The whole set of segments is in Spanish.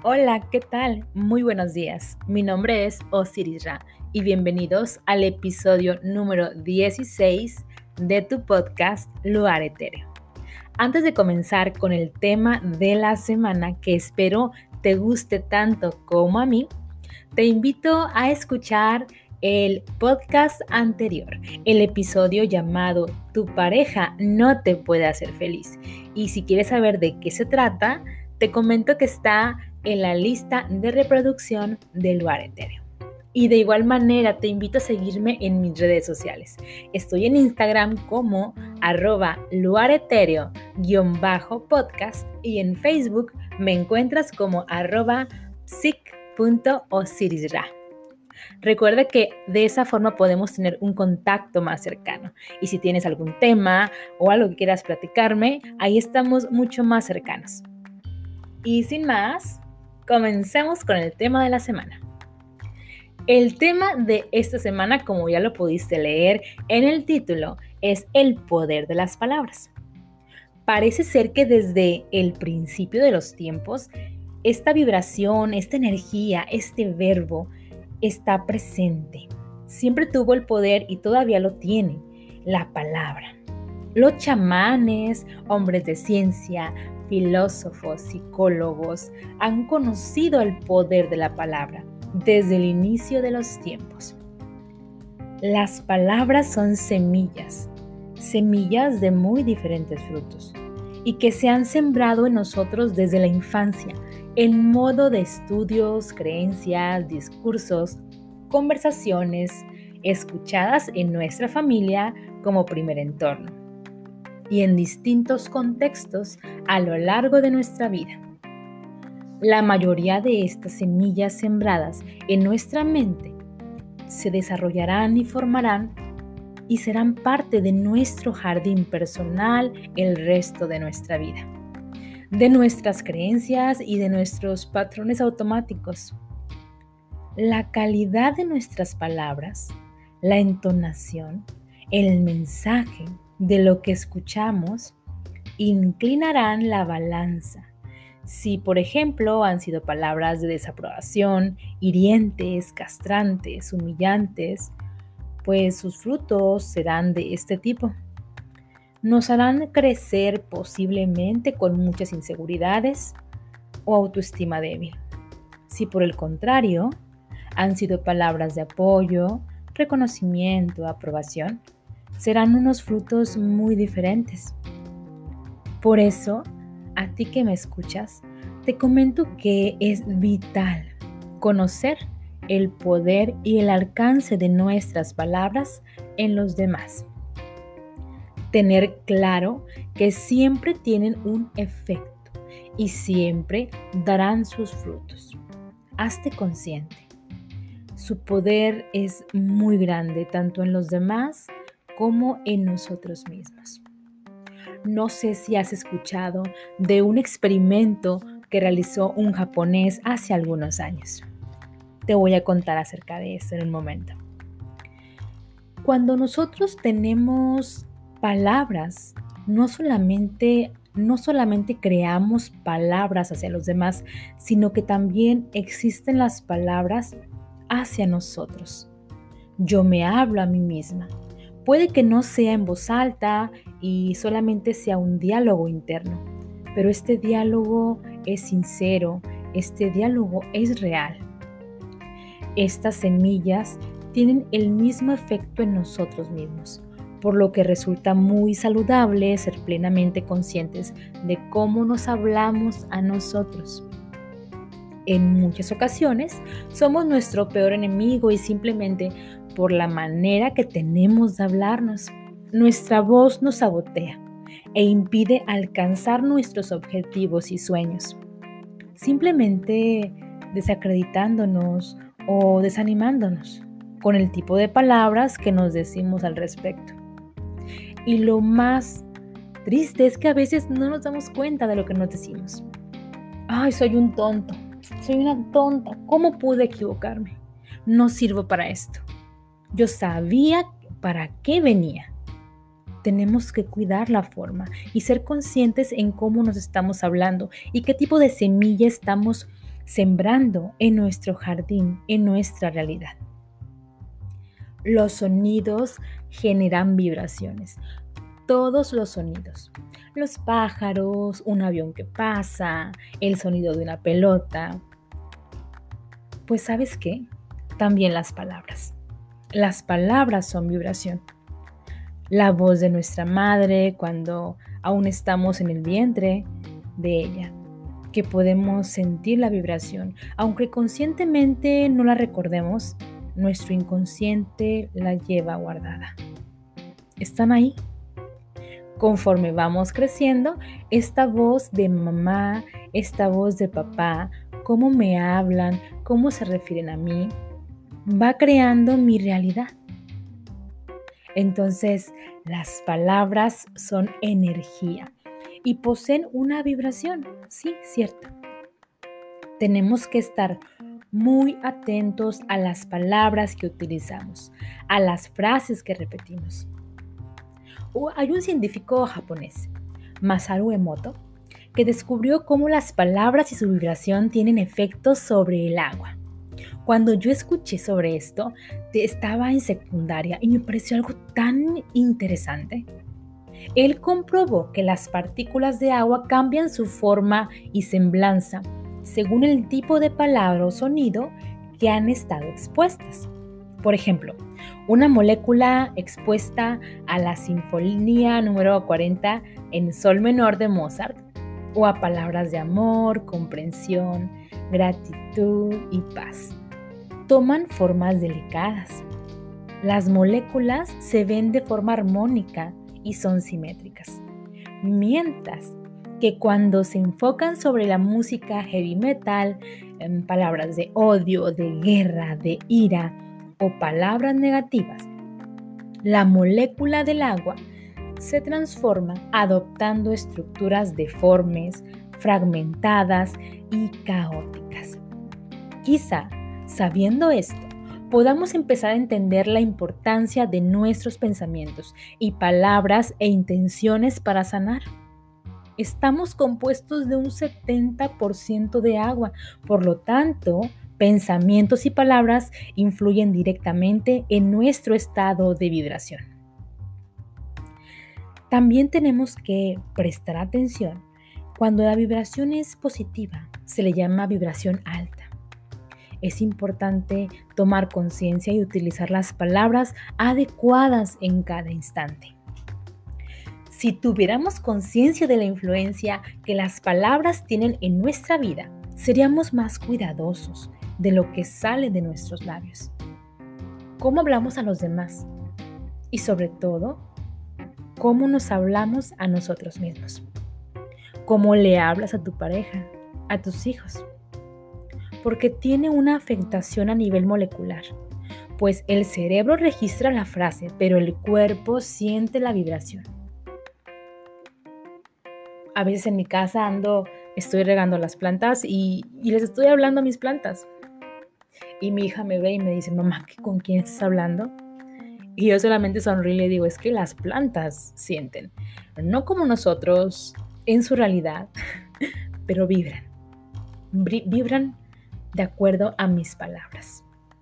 Hola, ¿qué tal? Muy buenos días. Mi nombre es Osiris Ra y bienvenidos al episodio número 16 de tu podcast Lugar Etéreo. Antes de comenzar con el tema de la semana que espero te guste tanto como a mí, te invito a escuchar el podcast anterior, el episodio llamado Tu pareja no te puede hacer feliz. Y si quieres saber de qué se trata, te comento que está en la lista de reproducción de Lugar Etéreo. Y de igual manera te invito a seguirme en mis redes sociales. Estoy en Instagram como @luaretereo_podcast y en Facebook me encuentras como @psic.osirisra. Recuerda que de esa forma podemos tener un contacto más cercano. Y si tienes algún tema o algo que quieras platicarme, ahí estamos mucho más cercanos. Y sin más, comencemos con el tema de la semana. El tema de esta semana, como ya lo pudiste leer en el título, es el poder de las palabras. Parece ser que desde el principio de los tiempos, esta vibración, esta energía, este verbo está presente. Siempre tuvo el poder y todavía lo tiene, la palabra. Los chamanes, hombres de ciencia, filósofos, psicólogos han conocido el poder de la palabra desde el inicio de los tiempos. Las palabras son semillas de muy diferentes frutos y que se han sembrado en nosotros desde la infancia, en modo de estudios, creencias, discursos, conversaciones, escuchadas en nuestra familia como primer entorno y en distintos contextos a lo largo de nuestra vida. La mayoría de estas semillas sembradas en nuestra mente se desarrollarán y formarán y serán parte de nuestro jardín personal el resto de nuestra vida, de nuestras creencias y de nuestros patrones automáticos. La calidad de nuestras palabras, la entonación, el mensaje de lo que escuchamos inclinarán la balanza. Si, por ejemplo, han sido palabras de desaprobación, hirientes, castrantes, humillantes, pues sus frutos serán de este tipo. Nos harán crecer posiblemente con muchas inseguridades o autoestima débil. Si por el contrario han sido palabras de apoyo, reconocimiento, aprobación, serán unos frutos muy diferentes. Por eso, a ti que me escuchas, te comento que es vital conocer el poder y el alcance de nuestras palabras en los demás. Tener claro que siempre tienen un efecto y siempre darán sus frutos. Hazte consciente. Su poder es muy grande tanto en los demás como en nosotros mismos. No sé si has escuchado de un experimento que realizó un japonés hace algunos años. Te voy a contar acerca de esto en un momento. Cuando nosotros tenemos palabras, no solamente creamos palabras hacia los demás, sino que también existen las palabras hacia nosotros. Yo me hablo a mí misma. Puede que no sea en voz alta y solamente sea un diálogo interno, pero este diálogo es sincero, este diálogo es real. Estas semillas tienen el mismo efecto en nosotros mismos, por lo que resulta muy saludable ser plenamente conscientes de cómo nos hablamos a nosotros. En muchas ocasiones somos nuestro peor enemigo y simplemente por la manera que tenemos de hablarnos, nuestra voz nos sabotea e impide alcanzar nuestros objetivos y sueños, simplemente desacreditándonos o desanimándonos con el tipo de palabras que nos decimos al respecto. Y lo más triste es que a veces no nos damos cuenta de lo que nos decimos. Ay, soy un tonto, soy una tonta, ¿cómo pude equivocarme? No sirvo para esto. Yo sabía para qué venía. Tenemos que cuidar la forma y ser conscientes en cómo nos estamos hablando y qué tipo de semilla estamos sembrando en nuestro jardín, en nuestra realidad. Los sonidos generan vibraciones. Todos los sonidos. Los pájaros, un avión que pasa, el sonido de una pelota. Pues ¿sabes qué? También las palabras. Las palabras son vibración. La voz de nuestra madre cuando aún estamos en el vientre de ella, que podemos sentir la vibración. Aunque conscientemente no la recordemos, nuestro inconsciente la lleva guardada. Están ahí. Conforme vamos creciendo, esta voz de mamá, esta voz de papá, cómo me hablan, cómo se refieren a mí, va creando mi realidad. Entonces, las palabras son energía y poseen una vibración. Sí, cierto. Tenemos que estar muy atentos a las palabras que utilizamos, a las frases que repetimos. Hay un científico japonés, Masaru Emoto, que descubrió cómo las palabras y su vibración tienen efectos sobre el agua. Cuando yo escuché sobre esto, estaba en secundaria y me pareció algo tan interesante. Él comprobó que las partículas de agua cambian su forma y semblanza según el tipo de palabra o sonido que han estado expuestas. Por ejemplo, una molécula expuesta a la Sinfonía número 40 en Sol menor de Mozart, o a palabras de amor, comprensión, gratitud y paz, toman formas delicadas. Las moléculas se ven de forma armónica y son simétricas, mientras que cuando se enfocan sobre la música heavy metal, en palabras de odio, de guerra, de ira o palabras negativas, la molécula del agua se transforma adoptando estructuras deformes, fragmentadas y caóticas. Quizá, sabiendo esto, podamos empezar a entender la importancia de nuestros pensamientos y palabras e intenciones para sanar. Estamos compuestos de un 70% de agua, por lo tanto, pensamientos y palabras influyen directamente en nuestro estado de vibración. También tenemos que prestar atención. Cuando la vibración es positiva, se le llama vibración alta. Es importante tomar conciencia y utilizar las palabras adecuadas en cada instante. Si tuviéramos conciencia de la influencia que las palabras tienen en nuestra vida, seríamos más cuidadosos de lo que sale de nuestros labios. ¿Cómo hablamos a los demás? Y sobre todo, ¿cómo nos hablamos a nosotros mismos? ¿Cómo le hablas a tu pareja, a tus hijos? Porque tiene una afectación a nivel molecular, pues el cerebro registra la frase, pero el cuerpo siente la vibración. A veces en mi casa estoy regando las plantas y les estoy hablando a mis plantas. Y mi hija me ve y me dice, mamá, ¿con quién estás hablando? Y yo solamente sonrío y le digo, es que las plantas sienten, no como nosotros en su realidad, pero vibran. Vibran de acuerdo a mis palabras.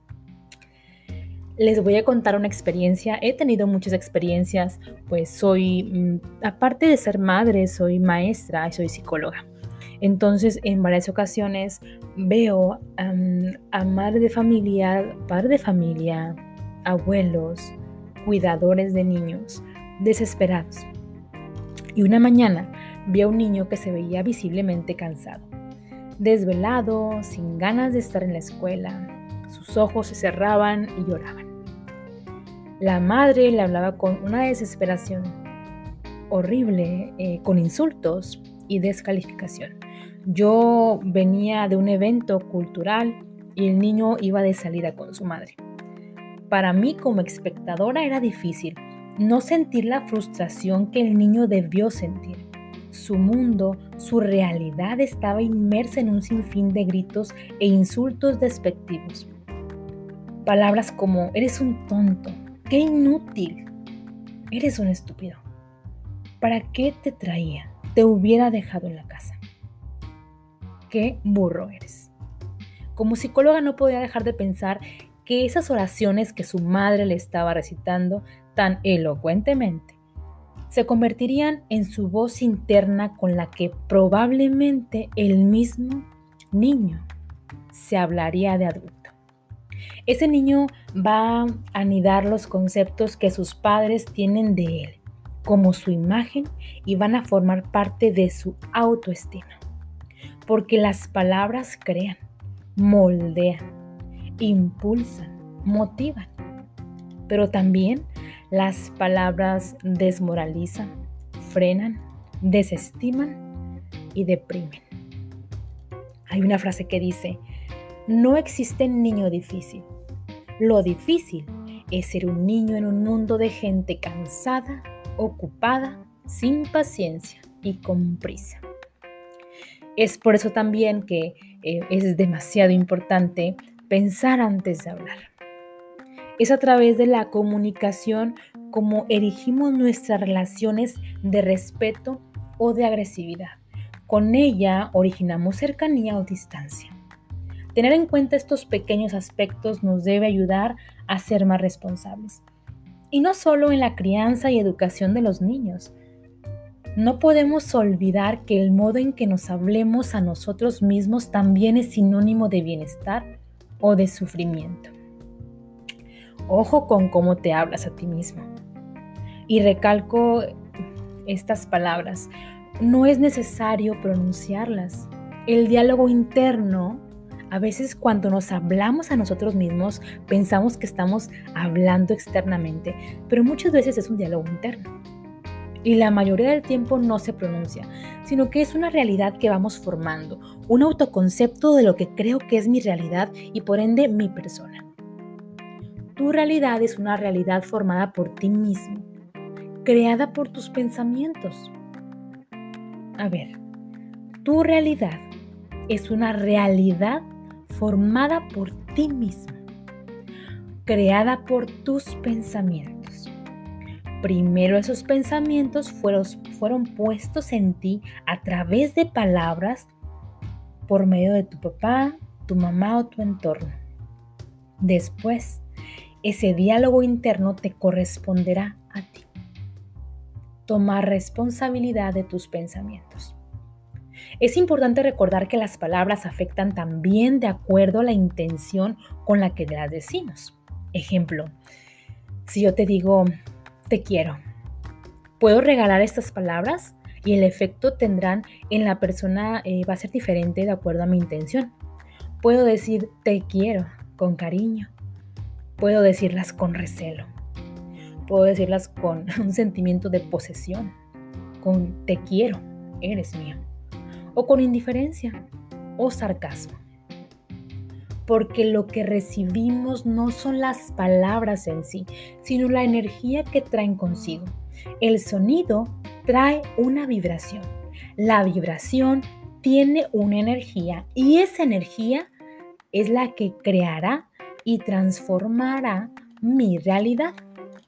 Les voy a contar una experiencia. He tenido muchas experiencias, pues soy, aparte de ser madre, soy maestra y soy psicóloga. Entonces, en varias ocasiones veo a madre de familia, padre de familia, abuelos, cuidadores de niños, desesperados. Y una mañana vi a un niño que se veía visiblemente cansado, desvelado, sin ganas de estar en la escuela. Sus ojos se cerraban y lloraban. La madre le hablaba con una desesperación horrible, con insultos y descalificación. Yo venía de un evento cultural y el niño iba de salida con su madre. Para mí, como espectadora, era difícil no sentir la frustración que el niño debió sentir. Su mundo, su realidad estaba inmersa en un sinfín de gritos e insultos despectivos. Palabras como, eres un tonto, qué inútil, eres un estúpido. ¿Para qué te traía? Te hubiera dejado en la casa. Qué burro eres. Como psicóloga no podía dejar de pensar que esas oraciones que su madre le estaba recitando tan elocuentemente se convertirían en su voz interna con la que probablemente el mismo niño se hablaría de adulto. Ese niño va a anidar los conceptos que sus padres tienen de él, como su imagen, y van a formar parte de su autoestima. Porque las palabras crean, moldean, impulsan, motivan. Pero también las palabras desmoralizan, frenan, desestiman y deprimen. Hay una frase que dice: no existe niño difícil. Lo difícil es ser un niño en un mundo de gente cansada, ocupada, sin paciencia y con prisa. Es por eso también que es demasiado importante pensar antes de hablar. Es a través de la comunicación como erigimos nuestras relaciones de respeto o de agresividad. Con ella originamos cercanía o distancia. Tener en cuenta estos pequeños aspectos nos debe ayudar a ser más responsables. Y no solo en la crianza y educación de los niños. No podemos olvidar que el modo en que nos hablemos a nosotros mismos también es sinónimo de bienestar o de sufrimiento. Ojo con cómo te hablas a ti mismo. Y recalco estas palabras. No es necesario pronunciarlas. El diálogo interno, a veces cuando nos hablamos a nosotros mismos, pensamos que estamos hablando externamente, pero muchas veces es un diálogo interno. Y la mayoría del tiempo no se pronuncia, sino que es una realidad que vamos formando, un autoconcepto de lo que creo que es mi realidad y por ende mi persona. Tu realidad es una realidad formada por ti mismo, creada por tus pensamientos. A ver, tu realidad es una realidad formada por ti mismo, creada por tus pensamientos. Primero esos pensamientos fueron puestos en ti a través de palabras por medio de tu papá, tu mamá o tu entorno. Después, ese diálogo interno te corresponderá a ti. Tomar responsabilidad de tus pensamientos. Es importante recordar que las palabras afectan también de acuerdo a la intención con la que las decimos. Ejemplo, si yo te digo, te quiero, puedo regalar estas palabras y el efecto tendrán en la persona va a ser diferente de acuerdo a mi intención. Puedo decir te quiero con cariño, puedo decirlas con recelo, puedo decirlas con un sentimiento de posesión, con te quiero, eres mío, o con indiferencia o sarcasmo. Porque lo que recibimos no son las palabras en sí, sino la energía que traen consigo. El sonido trae una vibración. La vibración tiene una energía y esa energía es la que creará y transformará mi realidad.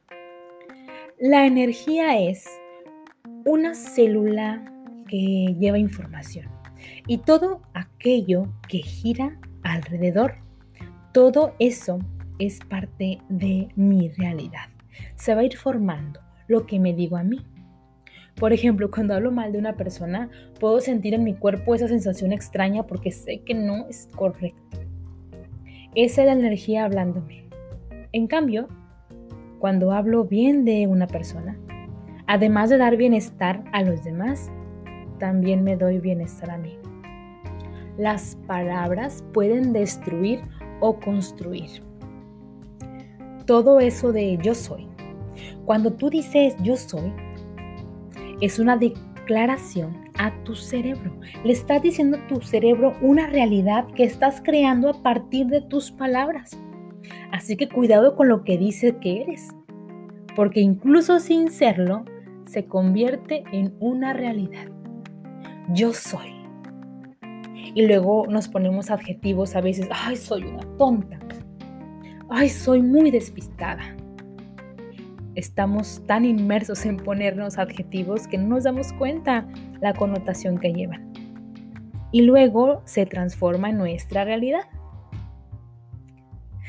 La energía es una célula que lleva información y todo aquello que gira alrededor, todo eso es parte de mi realidad. Se va a ir formando lo que me digo a mí. Por ejemplo, cuando hablo mal de una persona, puedo sentir en mi cuerpo esa sensación extraña porque sé que no es correcto. Esa es la energía hablándome. En cambio, cuando hablo bien de una persona, además de dar bienestar a los demás, también me doy bienestar a mí. Las palabras pueden destruir o construir. Todo eso de yo soy. Cuando tú dices yo soy, es una declaración a tu cerebro. Le estás diciendo a tu cerebro una realidad que estás creando a partir de tus palabras. Así que cuidado con lo que dices que eres, porque incluso sin serlo, se convierte en una realidad. Yo soy. Y luego nos ponemos adjetivos a veces. Ay, soy una tonta. Ay, soy muy despistada. Estamos tan inmersos en ponernos adjetivos que no nos damos cuenta la connotación que llevan. Y luego se transforma en nuestra realidad.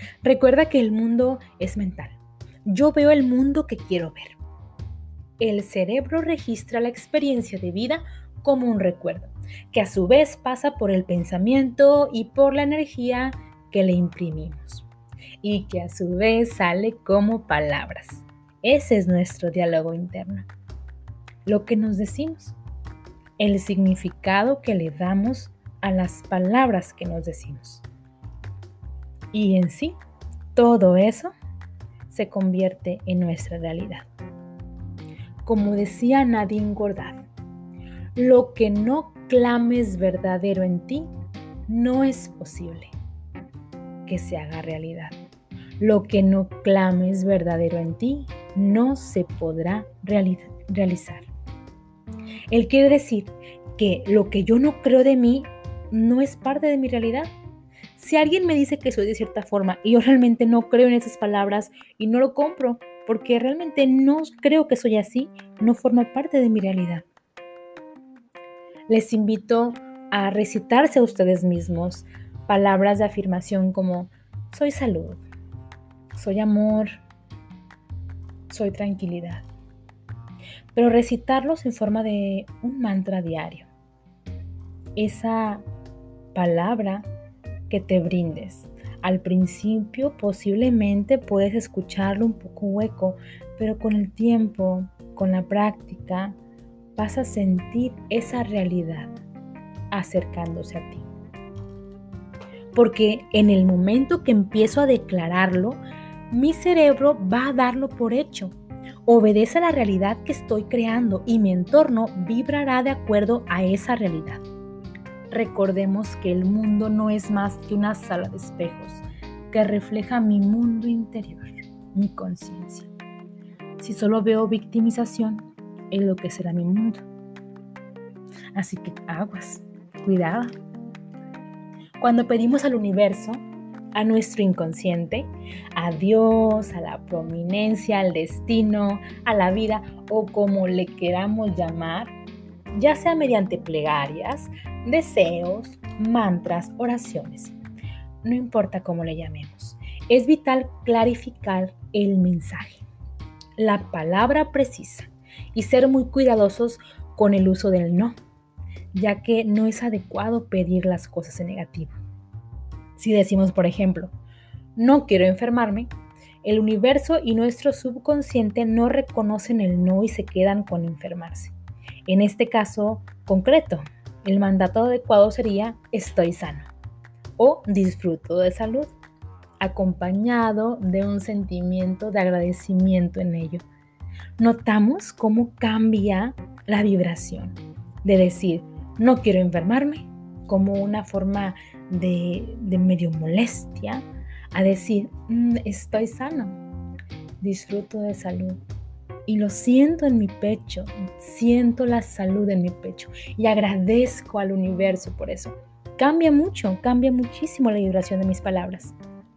Recuerda que el mundo es mental. Yo veo el mundo que quiero ver. El cerebro registra la experiencia de vida como un recuerdo, que a su vez pasa por el pensamiento y por la energía que le imprimimos, y que a su vez sale como palabras. Ese es nuestro diálogo interno. Lo que nos decimos, el significado que le damos a las palabras que nos decimos. Y en sí, todo eso se convierte en nuestra realidad. Como decía Nadine Gortat, lo que no clames verdadero en ti, no es posible que se haga realidad. Lo que no clames verdadero en ti, no se podrá realizar. Él quiere decir que lo que yo no creo de mí, no es parte de mi realidad. Si alguien me dice que soy de cierta forma y yo realmente no creo en esas palabras y no lo compro porque realmente no creo que soy así, no forma parte de mi realidad. Les invito a recitarse a ustedes mismos palabras de afirmación como soy salud, soy amor, soy tranquilidad. Pero recitarlos en forma de un mantra diario. Esa palabra que te brindes. Al principio posiblemente puedes escucharlo un poco hueco, pero con el tiempo, con la práctica, vas a sentir esa realidad acercándose a ti. Porque en el momento que empiezo a declararlo, mi cerebro va a darlo por hecho. Obedece a la realidad que estoy creando y mi entorno vibrará de acuerdo a esa realidad. Recordemos que el mundo no es más que una sala de espejos que refleja mi mundo interior, mi conciencia. Si solo veo victimización, es lo que será mi mundo. Así que aguas, cuidado. Cuando pedimos al universo, a nuestro inconsciente, a Dios, a la prominencia, al destino, a la vida o como le queramos llamar, ya sea mediante plegarias, deseos, mantras, oraciones. No importa cómo le llamemos. Es vital clarificar el mensaje, la palabra precisa y ser muy cuidadosos con el uso del no, ya que no es adecuado pedir las cosas en negativo. Si decimos, por ejemplo, no quiero enfermarme, el universo y nuestro subconsciente no reconocen el no y se quedan con enfermarse. En este caso concreto, el mandato adecuado sería estoy sano o disfruto de salud, acompañado de un sentimiento de agradecimiento en ello. Notamos cómo cambia la vibración de decir no quiero enfermarme como una forma de medio molestia a decir estoy sano, disfruto de salud. Y lo siento en mi pecho, siento la salud en mi pecho y agradezco al universo por eso. Cambia muchísimo la vibración de mis palabras.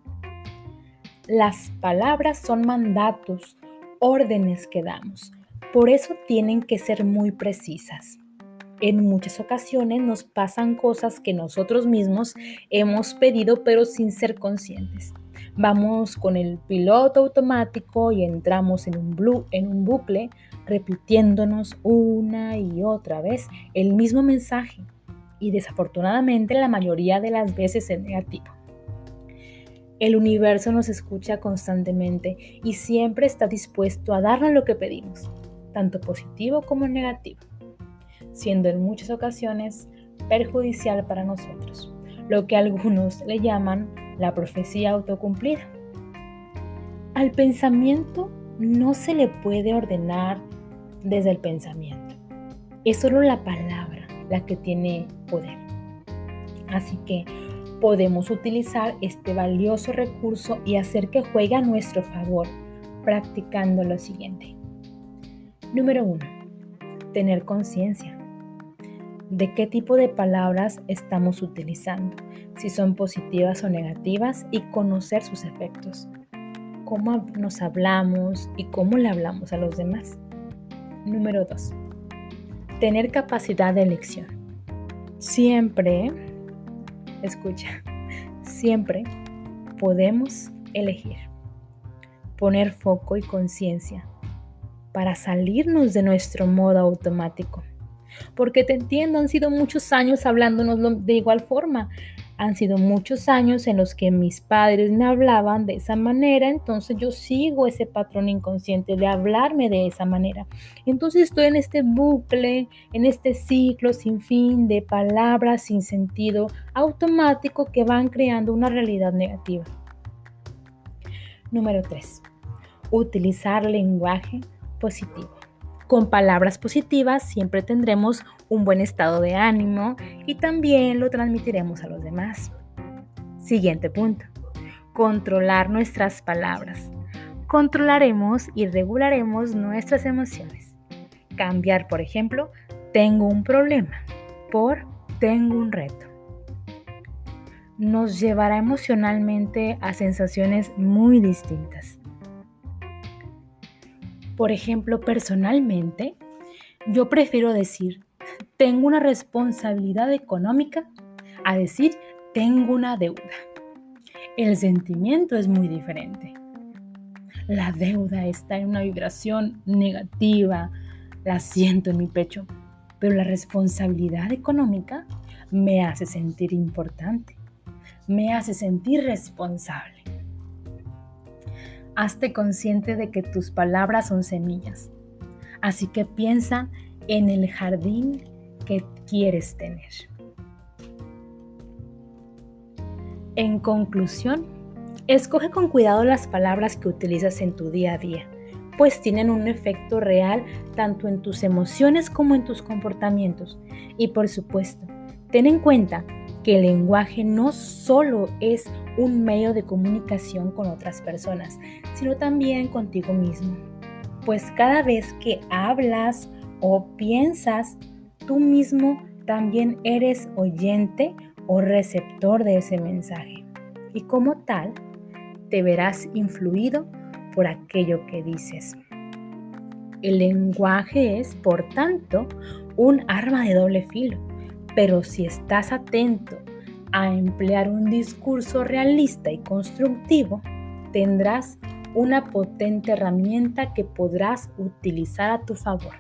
Las palabras son mandatos, órdenes que damos. Por eso tienen que ser muy precisas. En muchas ocasiones nos pasan cosas que nosotros mismos hemos pedido pero sin ser conscientes. Vamos con el piloto automático y entramos en un bucle repitiéndonos una y otra vez el mismo mensaje y desafortunadamente la mayoría de las veces es negativo. El universo nos escucha constantemente y siempre está dispuesto a darnos lo que pedimos, tanto positivo como negativo, siendo en muchas ocasiones perjudicial para nosotros, lo que algunos le llaman la profecía autocumplida. Al pensamiento no se le puede ordenar desde el pensamiento. Es solo la palabra la que tiene poder. Así que podemos utilizar este valioso recurso y hacer que juegue a nuestro favor, practicando lo siguiente. Número 1. Tener conciencia de qué tipo de palabras estamos utilizando, si son positivas o negativas, y conocer sus efectos, cómo nos hablamos y cómo le hablamos a los demás. Número 2. Tener capacidad de elección. Siempre podemos elegir, poner foco y conciencia para salirnos de nuestro modo automático. Porque te entiendo, han sido muchos años hablándonos de igual forma. Han sido muchos años en los que mis padres me hablaban de esa manera, entonces yo sigo ese patrón inconsciente de hablarme de esa manera. Entonces estoy en este bucle, en este ciclo sin fin de palabras sin sentido automático que van creando una realidad negativa. Número 3. Utilizar lenguaje positivo. Con palabras positivas siempre tendremos un buen estado de ánimo y también lo transmitiremos a los demás. Siguiente punto. Controlar nuestras palabras. Controlaremos y regularemos nuestras emociones. Cambiar, por ejemplo, tengo un problema por tengo un reto. Nos llevará emocionalmente a sensaciones muy distintas. Por ejemplo, personalmente, yo prefiero decir, tengo una responsabilidad económica, a decir, tengo una deuda. El sentimiento es muy diferente. La deuda está en una vibración negativa, la siento en mi pecho, pero la responsabilidad económica me hace sentir importante, me hace sentir responsable. Hazte consciente de que tus palabras son semillas, así que piensa en el jardín que quieres tener. En conclusión, escoge con cuidado las palabras que utilizas en tu día a día, pues tienen un efecto real tanto en tus emociones como en tus comportamientos. Y por supuesto, ten en cuenta que el lenguaje no solo es un medio de comunicación con otras personas, sino también contigo mismo. Pues cada vez que hablas o piensas, tú mismo también eres oyente o receptor de ese mensaje. Y como tal, te verás influido por aquello que dices. El lenguaje es, por tanto, un arma de doble filo, pero si estás atento a emplear un discurso realista y constructivo, tendrás una potente herramienta que podrás utilizar a tu favor.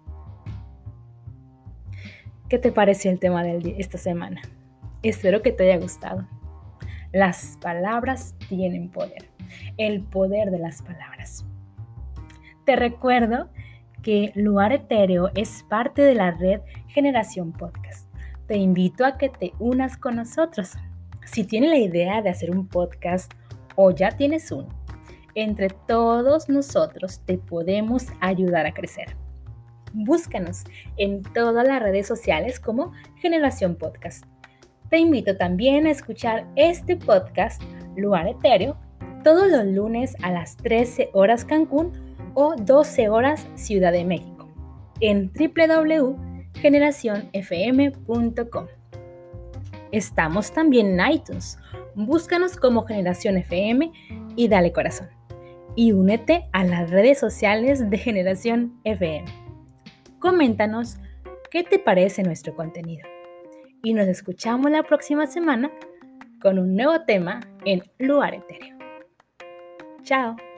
¿Qué te pareció el tema de esta semana? Espero que te haya gustado. Las palabras tienen poder, el poder de las palabras. Te recuerdo que Lugar Etéreo es parte de la red Generación Podcast. Te invito a que te unas con nosotros. Si tienes la idea de hacer un podcast o ya tienes uno, entre todos nosotros te podemos ayudar a crecer. Búscanos en todas las redes sociales como Generación Podcast. Te invito también a escuchar este podcast Lugar Etéreo todos los lunes a las 13 horas Cancún o 12 horas Ciudad de México en www.generacionfm.com. Estamos también en iTunes. Búscanos como Generación FM y dale corazón. Y únete a las redes sociales de Generación FM. Coméntanos qué te parece nuestro contenido. Y nos escuchamos la próxima semana con un nuevo tema en Lugar Etéreo. Chao.